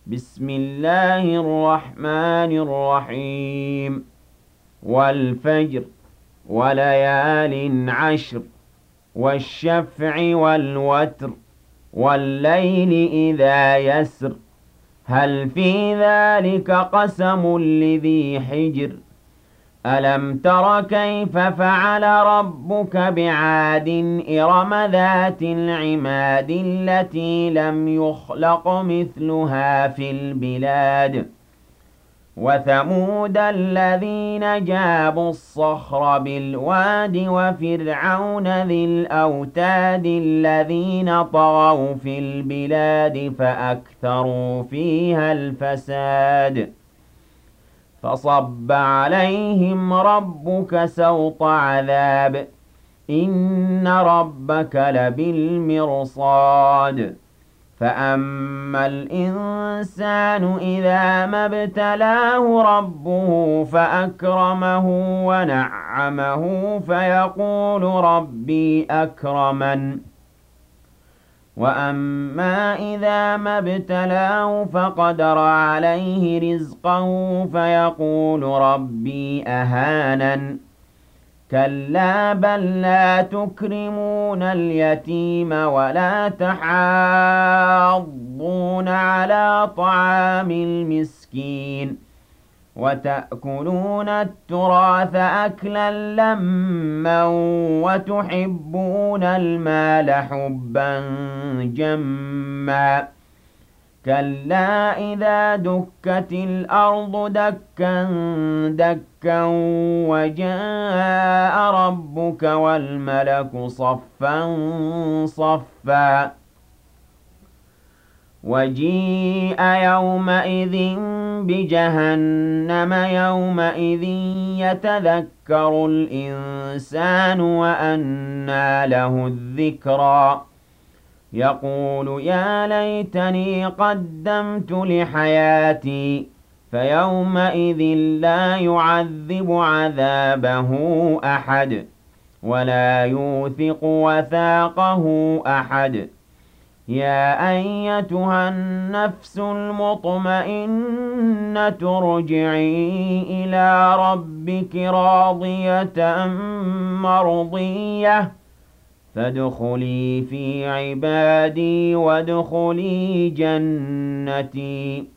بسم الله الرحمن الرحيم والفجر وليال عشر والشفع والوتر والليل إذا يسر هل في ذلك قسم لذي حجر ألم تر كيف فعل ربك بعاد إرم ذات العماد التي لم يخلق مثلها في البلاد وثمود الذين جابوا الصخر بالواد وفرعون ذي الأوتاد الذين طغوا في البلاد فأكثروا فيها الفساد فصب عليهم ربك سوط عذاب إن ربك لبالمرصاد فأما الإنسان إذا ما ابتلاه ربه فأكرمه ونعمه فيقول ربي أكرمن وأما إذا ما ابتلاه فقدر عليه رزقه فيقول ربي أهانن كلا بل لا تكرمون اليتيم ولا تحاضون على طعام المسكين وتأكلون التراث أكلا لما وتحبون المال حبا جما كلا إذا دكت الأرض دكا دكا وجاء ربك والملك صفا صفا وجيء يومئذ بجهنم يومئذ يتذكر الإنسان وأنى له الذكرى يقول يا ليتني قدمت لحياتي فيومئذ لا يعذب عذابه أحد ولا يوثق وثاقه أحد يا أيتها النفس المطمئنة ارجعي إلى ربك راضية مرضية فادخلي في عبادي وادخلي جنتي